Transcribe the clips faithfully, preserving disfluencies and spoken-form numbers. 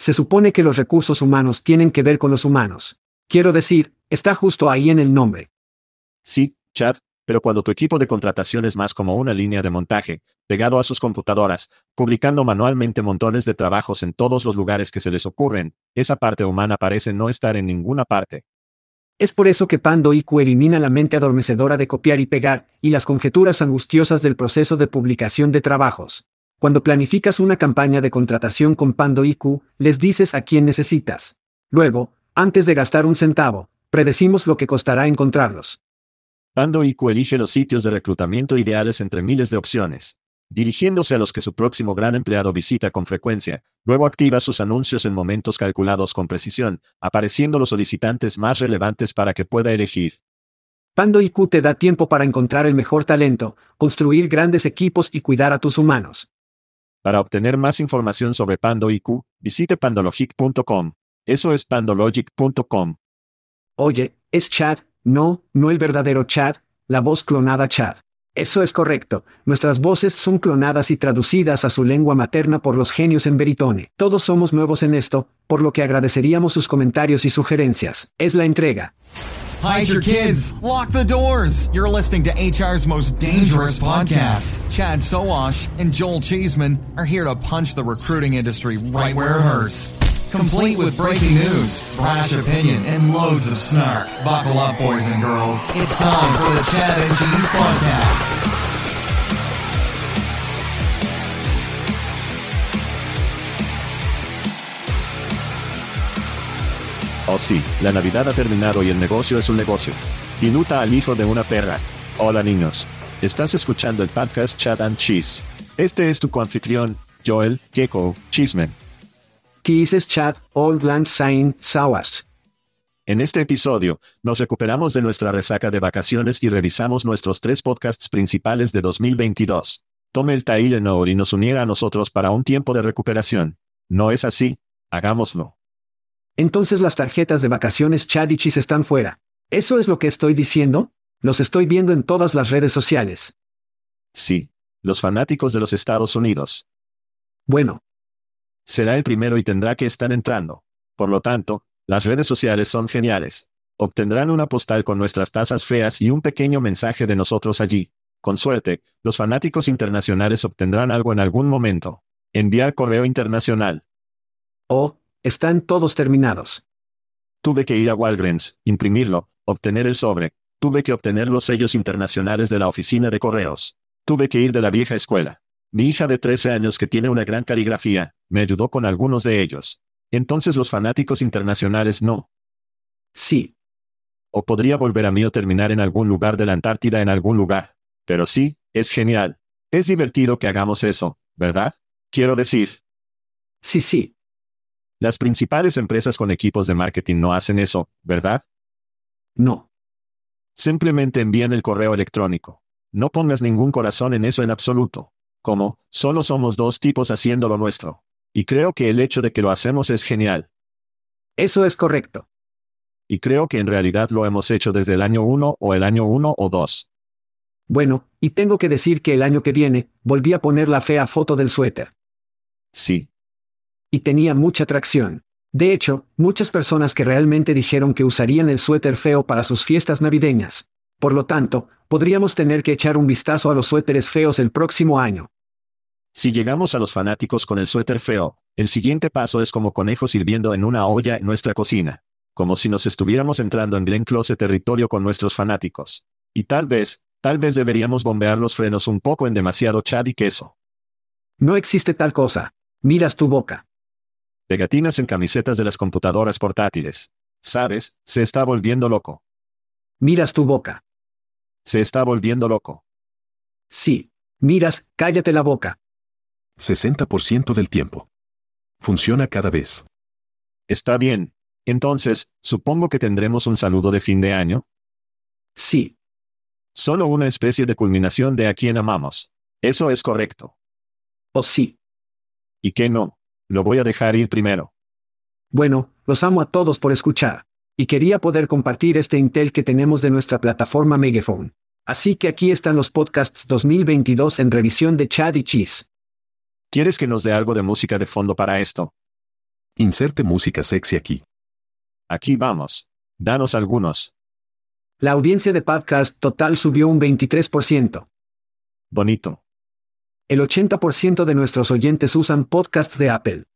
Se supone que los recursos humanos tienen que ver con los humanos. Quiero decir, está justo ahí en el nombre. Sí, Chad, pero cuando tu equipo de contratación es más como una línea de montaje, pegado a sus computadoras, publicando manualmente montones de trabajos en todos los lugares que se les ocurren, esa parte humana parece no estar en ninguna parte. Es por eso que Pando I Q elimina la mente adormecedora de copiar y pegar, y las conjeturas angustiosas del proceso de publicación de trabajos. Cuando planificas una campaña de contratación con Pando I Q, les dices a quién necesitas. Luego, antes de gastar un centavo, predecimos lo que costará encontrarlos. Pando I Q elige los sitios de reclutamiento ideales entre miles de opciones, dirigiéndose a los que su próximo gran empleado visita con frecuencia. Luego activa sus anuncios en momentos calculados con precisión, apareciendo los solicitantes más relevantes para que pueda elegir. Pando I Q te da tiempo para encontrar el mejor talento, construir grandes equipos y cuidar a tus humanos. Para obtener más información sobre Pando I Q, visite pandologic punto com. Eso es pandologic punto com. Oye, es Chad, no, no el verdadero Chad, la voz clonada Chad. Eso es correcto, nuestras voces son clonadas y traducidas a su lengua materna por los genios en Veritone. Todos somos nuevos en esto, por lo que agradeceríamos sus comentarios y sugerencias. Es la entrega. Hide your kids. Lock the doors. You're listening to H R's most dangerous podcast. Chad Sowash and Joel Cheeseman are here to punch the recruiting industry right where it hurts. Complete with breaking news, brash opinion, and loads of snark. Buckle up, boys and girls. It's time for the Chad and Cheese Podcast. Oh sí, la Navidad ha terminado y el negocio es un negocio. Diluta al hijo de una perra. Hola niños. Estás escuchando el podcast Chad and Cheese. Este es tu coanfitrión, Joel Gecko Cheeseman. This is Chad, Old Land Sign, Sawash. En este episodio, nos recuperamos de nuestra resaca de vacaciones y revisamos nuestros tres podcasts principales de dos mil veintidós. Tome el Tylenol y nos uniera a nosotros para un tiempo de recuperación. ¿No es así? Hagámoslo. Entonces las tarjetas de vacaciones Chad y Cheese están fuera. ¿Eso es lo que estoy diciendo? Los estoy viendo en todas las redes sociales. Sí. Los fanáticos de los Estados Unidos. Bueno. Será el primero y tendrá que estar entrando. Por lo tanto, las redes sociales son geniales. Obtendrán una postal con nuestras tazas feas y un pequeño mensaje de nosotros allí. Con suerte, los fanáticos internacionales obtendrán algo en algún momento. Enviar correo internacional. Oh, están todos terminados. Tuve que ir a Walgreens, imprimirlo, obtener el sobre. Tuve que obtener los sellos internacionales de la oficina de correos. Tuve que ir de la vieja escuela. Mi hija de trece años que tiene una gran caligrafía, me ayudó con algunos de ellos. Entonces los fanáticos internacionales no. Sí. O podría volver a mí o terminar en algún lugar de la Antártida en algún lugar. Pero sí, es genial. Es divertido que hagamos eso, ¿verdad? Quiero decir. Sí, sí. Las principales empresas con equipos de marketing no hacen eso, ¿verdad? No. Simplemente envían el correo electrónico. No pongas ningún corazón en eso en absoluto. Como, solo somos dos tipos haciendo lo nuestro. Y creo que el hecho de que lo hacemos es genial. Eso es correcto. Y creo que en realidad lo hemos hecho desde el año uno o el año uno o dos. Bueno, y tengo que decir que el año que viene, volví a poner la fea foto del suéter. Sí. Y tenía mucha atracción. De hecho, muchas personas que realmente dijeron que usarían el suéter feo para sus fiestas navideñas. Por lo tanto, podríamos tener que echar un vistazo a los suéteres feos el próximo año. Si llegamos a los fanáticos con el suéter feo, el siguiente paso es como conejos hirviendo en una olla en nuestra cocina. Como si nos estuviéramos entrando en Glen Close territorio con nuestros fanáticos. Y tal vez, tal vez deberíamos bombear los frenos un poco en demasiado Chad y queso. No existe tal cosa. Miras tu boca. Pegatinas en camisetas de las computadoras portátiles. ¿Sabes? Se está volviendo loco. Miras tu boca. Se está volviendo loco. Sí. Miras, cállate la boca. sesenta por ciento del tiempo. Funciona cada vez. Está bien. Entonces, supongo que tendremos un saludo de fin de año. Sí. Solo una especie de culminación de a quien amamos. Eso es correcto. ¿O sí? ¿Y qué no? Lo voy a dejar ir primero. Bueno, los amo a todos por escuchar. Y quería poder compartir este intel que tenemos de nuestra plataforma Megaphone. Así que aquí están los podcasts dos mil veintidós en revisión de Chad y Cheese. ¿Quieres que nos dé algo de música de fondo para esto? Inserte música sexy aquí. Aquí vamos. Danos algunos. La audiencia de podcast total subió un veintitrés por ciento. Bonito. El ochenta por ciento de nuestros oyentes usan podcasts de Apple.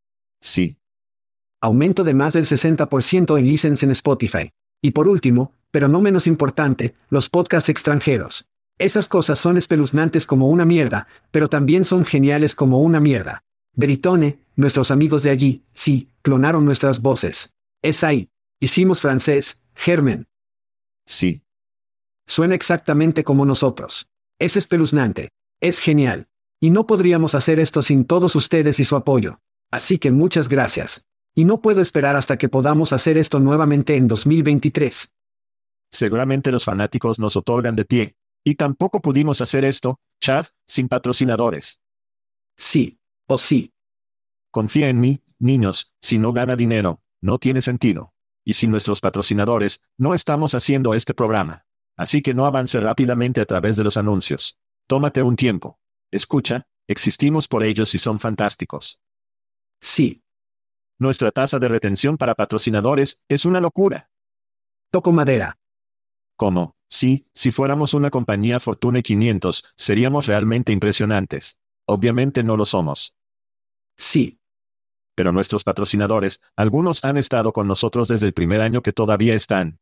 Sí. Aumento de más del sesenta por ciento en listens en Spotify. Y por último, pero no menos importante, los podcasts extranjeros. Esas cosas son espeluznantes como una mierda, pero también son geniales como una mierda. Veritone, nuestros amigos de allí, sí, clonaron nuestras voces. Es ahí. Hicimos francés, Germen. Sí. Suena exactamente como nosotros. Es espeluznante. Es genial. Y no podríamos hacer esto sin todos ustedes y su apoyo. Así que muchas gracias. Y no puedo esperar hasta que podamos hacer esto nuevamente en dos mil veintitrés. Seguramente los fanáticos nos otorgan de pie. Y tampoco pudimos hacer esto, Chad, sin patrocinadores. Sí. O sí. Confía en mí, niños, si no gana dinero, no tiene sentido. Y sin nuestros patrocinadores, no estamos haciendo este programa. Así que no avance rápidamente a través de los anuncios. Tómate un tiempo. Escucha, existimos por ellos y son fantásticos. Sí. Nuestra tasa de retención para patrocinadores es una locura. Toco madera. ¿Cómo? Sí, si fuéramos una compañía Fortune quinientos, seríamos realmente impresionantes. Obviamente no lo somos. Sí. Pero nuestros patrocinadores, algunos han estado con nosotros desde el primer año que todavía están.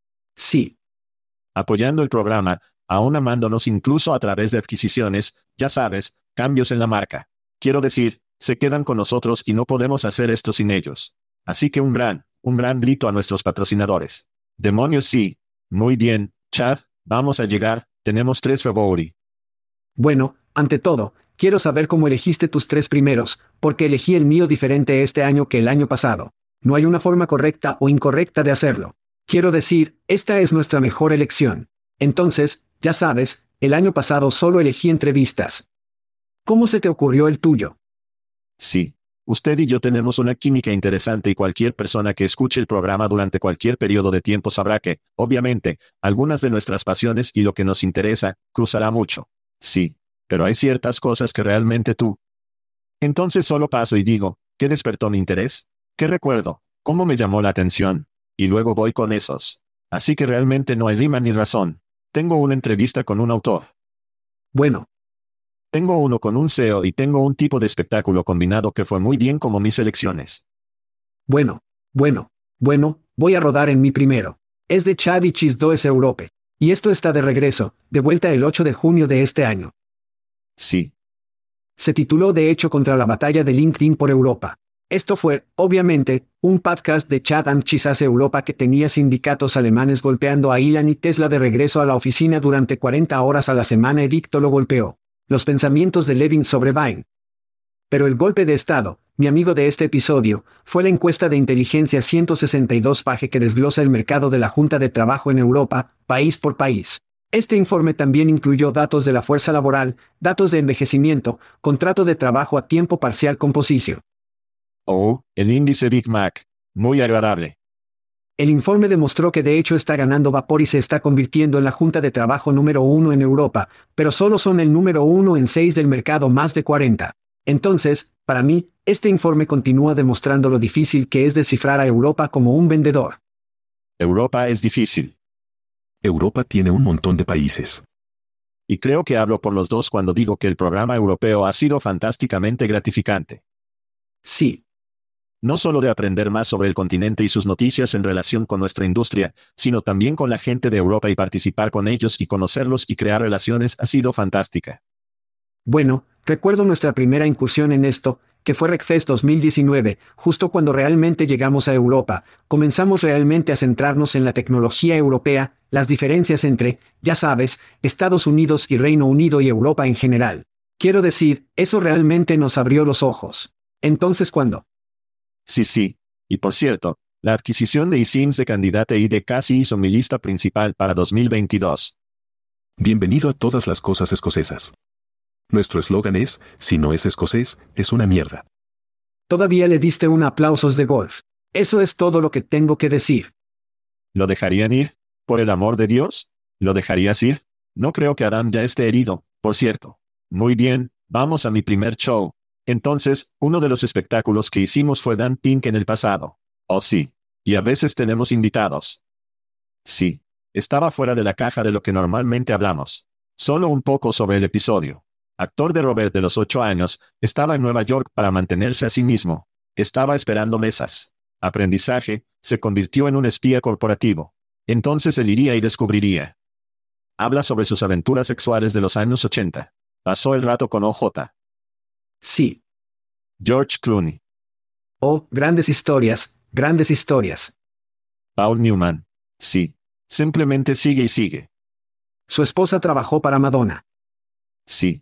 Sí. Apoyando el programa, aún amándonos incluso a través de adquisiciones, ya sabes, cambios en la marca. Quiero decir, se quedan con nosotros y no podemos hacer esto sin ellos. Así que un gran, un gran grito a nuestros patrocinadores. Demonios sí. Muy bien, Chad, vamos a llegar, tenemos tres February. Bueno, ante todo, quiero saber cómo elegiste tus tres primeros, porque elegí el mío diferente este año que el año pasado. No hay una forma correcta o incorrecta de hacerlo. Quiero decir, esta es nuestra mejor elección. Entonces, ya sabes, el año pasado solo elegí entrevistas. ¿Cómo se te ocurrió el tuyo? Sí. Usted y yo tenemos una química interesante y cualquier persona que escuche el programa durante cualquier periodo de tiempo sabrá que, obviamente, algunas de nuestras pasiones y lo que nos interesa, cruzará mucho. Sí. Pero hay ciertas cosas que realmente tú. Entonces solo paso y digo, ¿qué despertó mi interés? ¿Qué recuerdo? ¿Cómo me llamó la atención? Y luego voy con esos. Así que realmente no hay rima ni razón. Tengo una entrevista con un autor. Bueno. Tengo uno con un C E O y tengo un tipo de espectáculo combinado que fue muy bien como mis elecciones. Bueno, bueno, bueno, voy a rodar en mi primero. Es de Chad y Chisdoes Europe. Y esto está de regreso, de vuelta el ocho de junio de este año. Sí. Se tituló de hecho contra la batalla de LinkedIn por Europa. Esto fue, obviamente, un podcast de Chad and Chisas Europa que tenía sindicatos alemanes golpeando a Elon y Tesla de regreso a la oficina durante cuarenta horas a la semana. Edicto lo golpeó. Los pensamientos de Levin sobre Vine. Pero el golpe de estado, mi amigo de este episodio, fue la encuesta de inteligencia ciento sesenta y dos Page que desglosa el mercado de la Junta de Trabajo en Europa, país por país. Este informe también incluyó datos de la fuerza laboral, datos de envejecimiento, contrato de trabajo a tiempo parcial composición. Oh, el índice Big Mac. Muy agradable. El informe demostró que de hecho está ganando vapor y se está convirtiendo en la junta de trabajo número uno en Europa, pero solo son el número uno en seis del mercado más de cuarenta. Entonces, para mí, este informe continúa demostrando lo difícil que es descifrar a Europa como un vendedor. Europa es difícil. Europa tiene un montón de países. Y creo que hablo por los dos cuando digo que el programa europeo ha sido fantásticamente gratificante. Sí. No solo de aprender más sobre el continente y sus noticias en relación con nuestra industria, sino también con la gente de Europa y participar con ellos y conocerlos y crear relaciones ha sido fantástica. Bueno, recuerdo nuestra primera incursión en esto, que fue RecFest dos mil diecinueve, justo cuando realmente llegamos a Europa, comenzamos realmente a centrarnos en la tecnología europea, las diferencias entre, ya sabes, Estados Unidos y Reino Unido y Europa en general. Quiero decir, eso realmente nos abrió los ojos. Entonces, ¿cuándo? Sí, sí. Y por cierto, la adquisición de eSIMs de Candidate I D casi hizo mi lista principal para dos mil veintidós. Bienvenido a todas las cosas escocesas. Nuestro eslogan es, si no es escocés, es una mierda. Todavía le diste un aplausos de golf. Eso es todo lo que tengo que decir. ¿Lo dejarían ir? ¿Por el amor de Dios? ¿Lo dejarías ir? No creo que Adam ya esté herido, por cierto. Muy bien, vamos a mi primer show. Entonces, uno de los espectáculos que hicimos fue Dan Pink en el pasado. Oh sí. Y a veces tenemos invitados. Sí. Estaba fuera de la caja de lo que normalmente hablamos. Solo un poco sobre el episodio. Actor de Robert de los ocho años, estaba en Nueva York para mantenerse a sí mismo. Estaba esperando mesas. Aprendizaje, se convirtió en un espía corporativo. Entonces él iría y descubriría. Habla sobre sus aventuras sexuales de los años ochenta. Pasó el rato con O J. Sí. George Clooney. Oh, grandes historias, grandes historias. Paul Newman. Sí. Simplemente sigue y sigue. Su esposa trabajó para Madonna. Sí.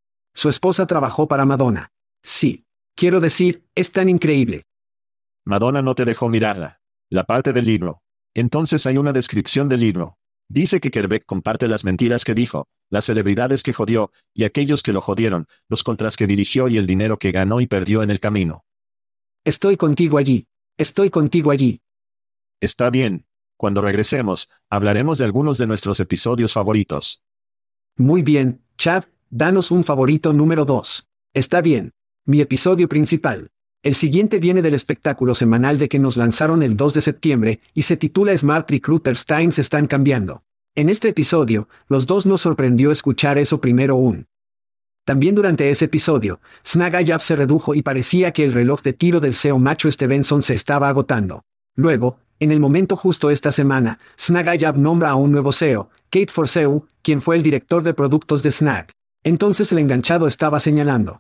Su esposa trabajó para Madonna. Sí. Quiero decir, es tan increíble. Madonna no te dejó mirarla. La parte del libro. Entonces hay una descripción del libro. Dice que Kerbeck comparte las mentiras que dijo, las celebridades que jodió, y aquellos que lo jodieron, los contras que dirigió y el dinero que ganó y perdió en el camino. Estoy contigo allí. Estoy contigo allí. Está bien. Cuando regresemos, hablaremos de algunos de nuestros episodios favoritos. Muy bien, Chad, danos un favorito número dos. Está bien. Mi episodio principal. El siguiente viene del espectáculo semanal de que nos lanzaron el dos de septiembre, y se titula Smart Recruiters Times están cambiando. En este episodio, los dos nos sorprendió escuchar eso primero un. También durante ese episodio, Snagajob se redujo y parecía que el reloj de tiro del C E O macho Stevenson se estaba agotando. Luego, en el momento justo esta semana, Snagajob nombra a un nuevo C E O, Kate Forseu, quien fue el director de productos de Snag. Entonces el enganchado estaba señalando.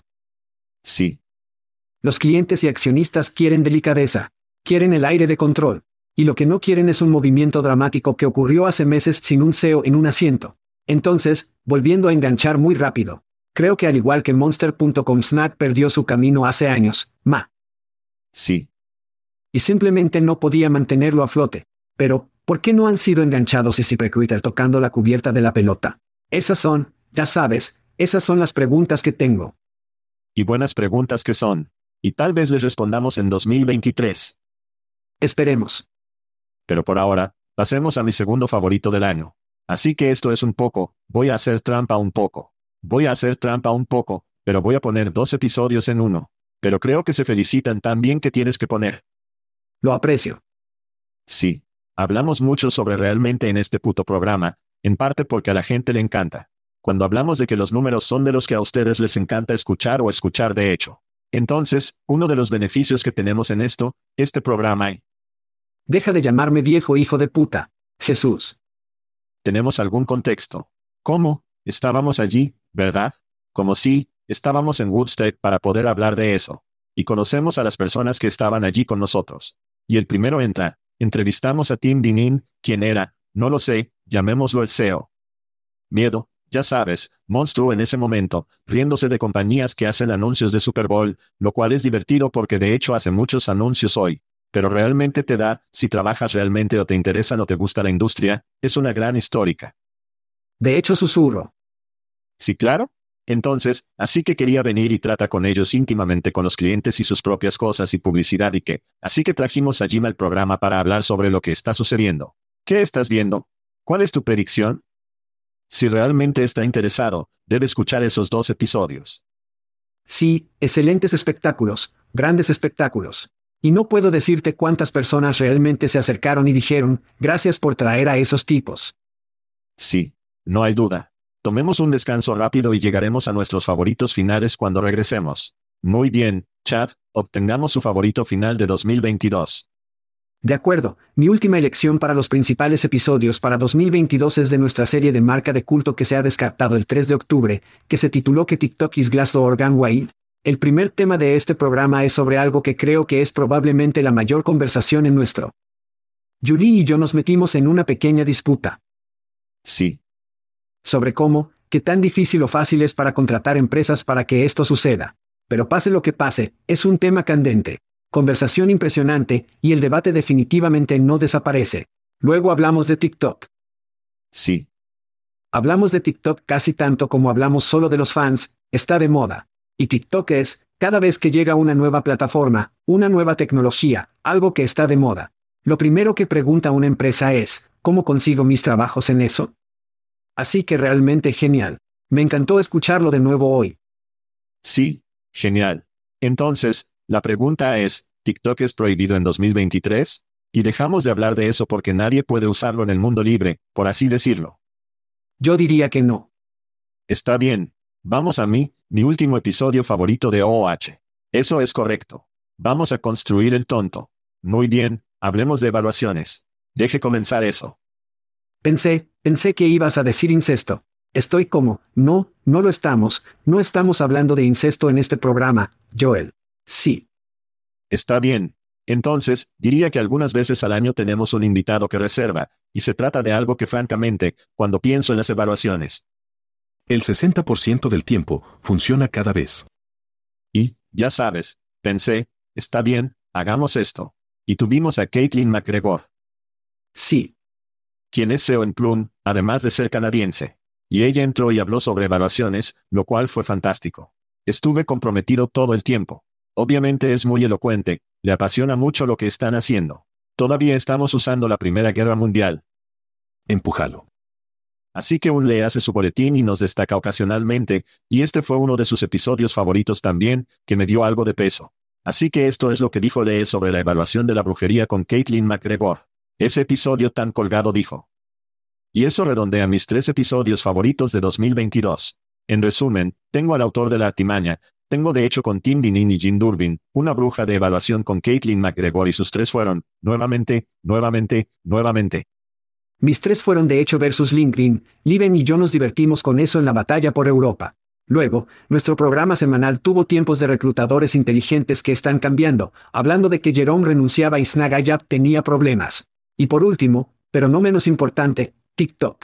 Sí. Los clientes y accionistas quieren delicadeza. Quieren el aire de control. Y lo que no quieren es un movimiento dramático que ocurrió hace meses sin un C E O en un asiento. Entonces, volviendo a enganchar muy rápido. Creo que al igual que Monster punto com Snag perdió su camino hace años, ma. Sí. Y simplemente no podía mantenerlo a flote. Pero, ¿por qué no han sido enganchados y ZipRecruiter tocando la cubierta de la pelota? Esas son, ya sabes, esas son las preguntas que tengo. Y buenas preguntas que son. Y tal vez les respondamos en dos mil veintitrés. Esperemos. Pero por ahora, pasemos a mi segundo favorito del año. Así que esto es un poco, voy a hacer trampa un poco. Voy a hacer trampa un poco, pero voy a poner dos episodios en uno. Pero creo que se felicitan tan bien que tienes que poner. Lo aprecio. Sí. Hablamos mucho sobre realmente en este puto programa, en parte porque a la gente le encanta. Cuando hablamos de que los números son de los que a ustedes les encanta escuchar o escuchar de hecho. Entonces, uno de los beneficios que tenemos en esto, este programa y... Deja de llamarme viejo hijo de puta, Jesús. Tenemos algún contexto. ¿Cómo? Estábamos allí, ¿verdad? Como si, estábamos en Woodstock para poder hablar de eso. Y conocemos a las personas que estaban allí con nosotros. Y el primero entra, entrevistamos a Tim Dinin, quien era, no lo sé, llamémoslo el C E O. Miedo, ya sabes, monstruo en ese momento, riéndose de compañías que hacen anuncios de Super Bowl, lo cual es divertido porque de hecho hace muchos anuncios hoy. Pero realmente te da, si trabajas realmente o te interesa o te gusta la industria, es una gran histórica. De hecho susurro. ¿Sí, claro? Entonces, así que quería venir y trata con ellos íntimamente con los clientes y sus propias cosas y publicidad y qué. Así que trajimos a Jim al programa para hablar sobre lo que está sucediendo. ¿Qué estás viendo? ¿Cuál es tu predicción? Si realmente está interesado, debe escuchar esos dos episodios. Sí, excelentes espectáculos, grandes espectáculos. Y no puedo decirte cuántas personas realmente se acercaron y dijeron, gracias por traer a esos tipos. Sí, no hay duda. Tomemos un descanso rápido y llegaremos a nuestros favoritos finales cuando regresemos. Muy bien, Chad, obtengamos su favorito final de dos mil veintidós. De acuerdo, mi última elección para los principales episodios para dos mil veintidós es de nuestra serie de marca de culto que se ha descartado el tres de octubre, que se tituló Que TikTok is Glassdoor Gone Wild. El primer tema de este programa es sobre algo que creo que es probablemente la mayor conversación en nuestro. Julie y yo nos metimos en una pequeña disputa. Sí. Sobre cómo, qué tan difícil o fácil es para contratar empresas para que esto suceda. Pero pase lo que pase, es un tema candente. Conversación impresionante, y el debate definitivamente no desaparece. Luego hablamos de TikTok. Sí. Hablamos de TikTok casi tanto como hablamos solo de los fans, está de moda. Y TikTok es, cada vez que llega una nueva plataforma, una nueva tecnología, algo que está de moda. Lo primero que pregunta una empresa es, ¿cómo consigo mis trabajos en eso? Así que realmente genial. Me encantó escucharlo de nuevo hoy. Sí, genial. Entonces, la pregunta es, ¿TikTok es prohibido en dos mil veintitrés? Y dejamos de hablar de eso porque nadie puede usarlo en el mundo libre, por así decirlo. Yo diría que no. Está bien. Vamos a mí, mi último episodio favorito de O O H. Eso es correcto. Vamos a construir el tonto. Muy bien, hablemos de evaluaciones. Deje comenzar eso. Pensé, pensé que ibas a decir incesto. Estoy como, no, no lo estamos, no estamos hablando de incesto en este programa, Joel. Sí. Está bien. Entonces, diría que algunas veces al año tenemos un invitado que reserva, y se trata de algo que francamente, cuando pienso en las evaluaciones. El sesenta por ciento del tiempo funciona cada vez. Y, ya sabes, pensé, está bien, hagamos esto. Y tuvimos a Caitlin McGregor. Sí. Quien es C E O en Plum, además de ser canadiense. Y ella entró y habló sobre evaluaciones, lo cual fue fantástico. Estuve comprometido todo el tiempo. Obviamente es muy elocuente, le apasiona mucho lo que están haciendo. Todavía estamos usando la Primera Guerra Mundial. Empújalo. Así que un le hace su boletín y nos destaca ocasionalmente, y este fue uno de sus episodios favoritos también, que me dio algo de peso. Así que esto es lo que dijo Lee sobre la evaluación de la brujería con Caitlin McGregor. Ese episodio tan colgado dijo. Y eso redondea mis tres episodios favoritos de dos mil veintidós. En resumen, tengo al autor de la artimaña, tengo de hecho con Tim Dinin y Jim Durbin, una bruja de evaluación con Caitlin McGregor y sus tres fueron, nuevamente, nuevamente, nuevamente. Mis tres fueron de hecho versus LinkedIn, Liven y yo nos divertimos con eso en la batalla por Europa. Luego, nuestro programa semanal tuvo tiempos de reclutadores inteligentes que están cambiando, hablando de que Jerome renunciaba y Snagajab tenía problemas. Y por último, pero no menos importante, TikTok.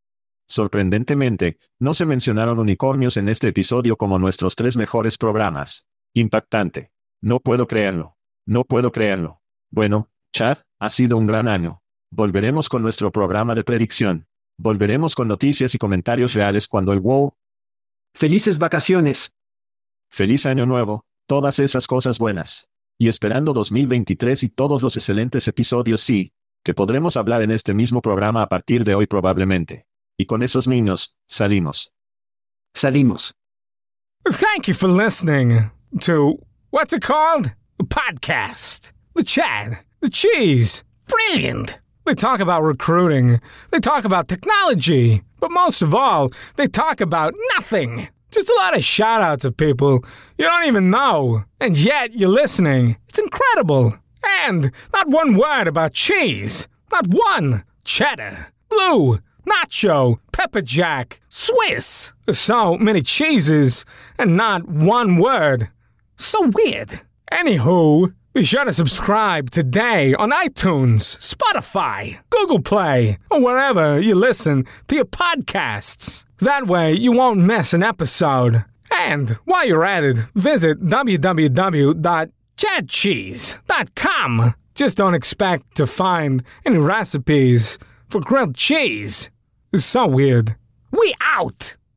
Sorprendentemente, no se mencionaron unicornios en este episodio como nuestros tres mejores programas. Impactante. No puedo creerlo. No puedo creerlo. Bueno, Chad, ha sido un gran año. Volveremos con nuestro programa de predicción. Volveremos con noticias y comentarios reales cuando el wow. ¡Felices vacaciones! ¡Feliz año nuevo! Todas esas cosas buenas. Y esperando dos mil veintitrés y todos los excelentes episodios sí, que podremos hablar en este mismo programa a partir de hoy probablemente. Y con esos niños, salimos. Salimos. Thank you for listening to, what's it called? A podcast. The Chad. The Cheese. Brilliant. They talk about recruiting. They talk about technology. But most of all, they talk about nothing. Just a lot of shout-outs of people you don't even know. And yet you're listening. It's incredible. And not one word about cheese. Not one. Cheddar. Blue. Nacho. Pepper Jack. Swiss. So many cheeses and not one word. So weird. Anywho, be sure to subscribe today on iTunes, Spotify, Google Play, or wherever you listen to your podcasts. That way you won't miss an episode. And while you're at it, visit w w w dot chad cheese dot com. Just don't expect to find any recipes for grilled cheese. It's so weird. We out!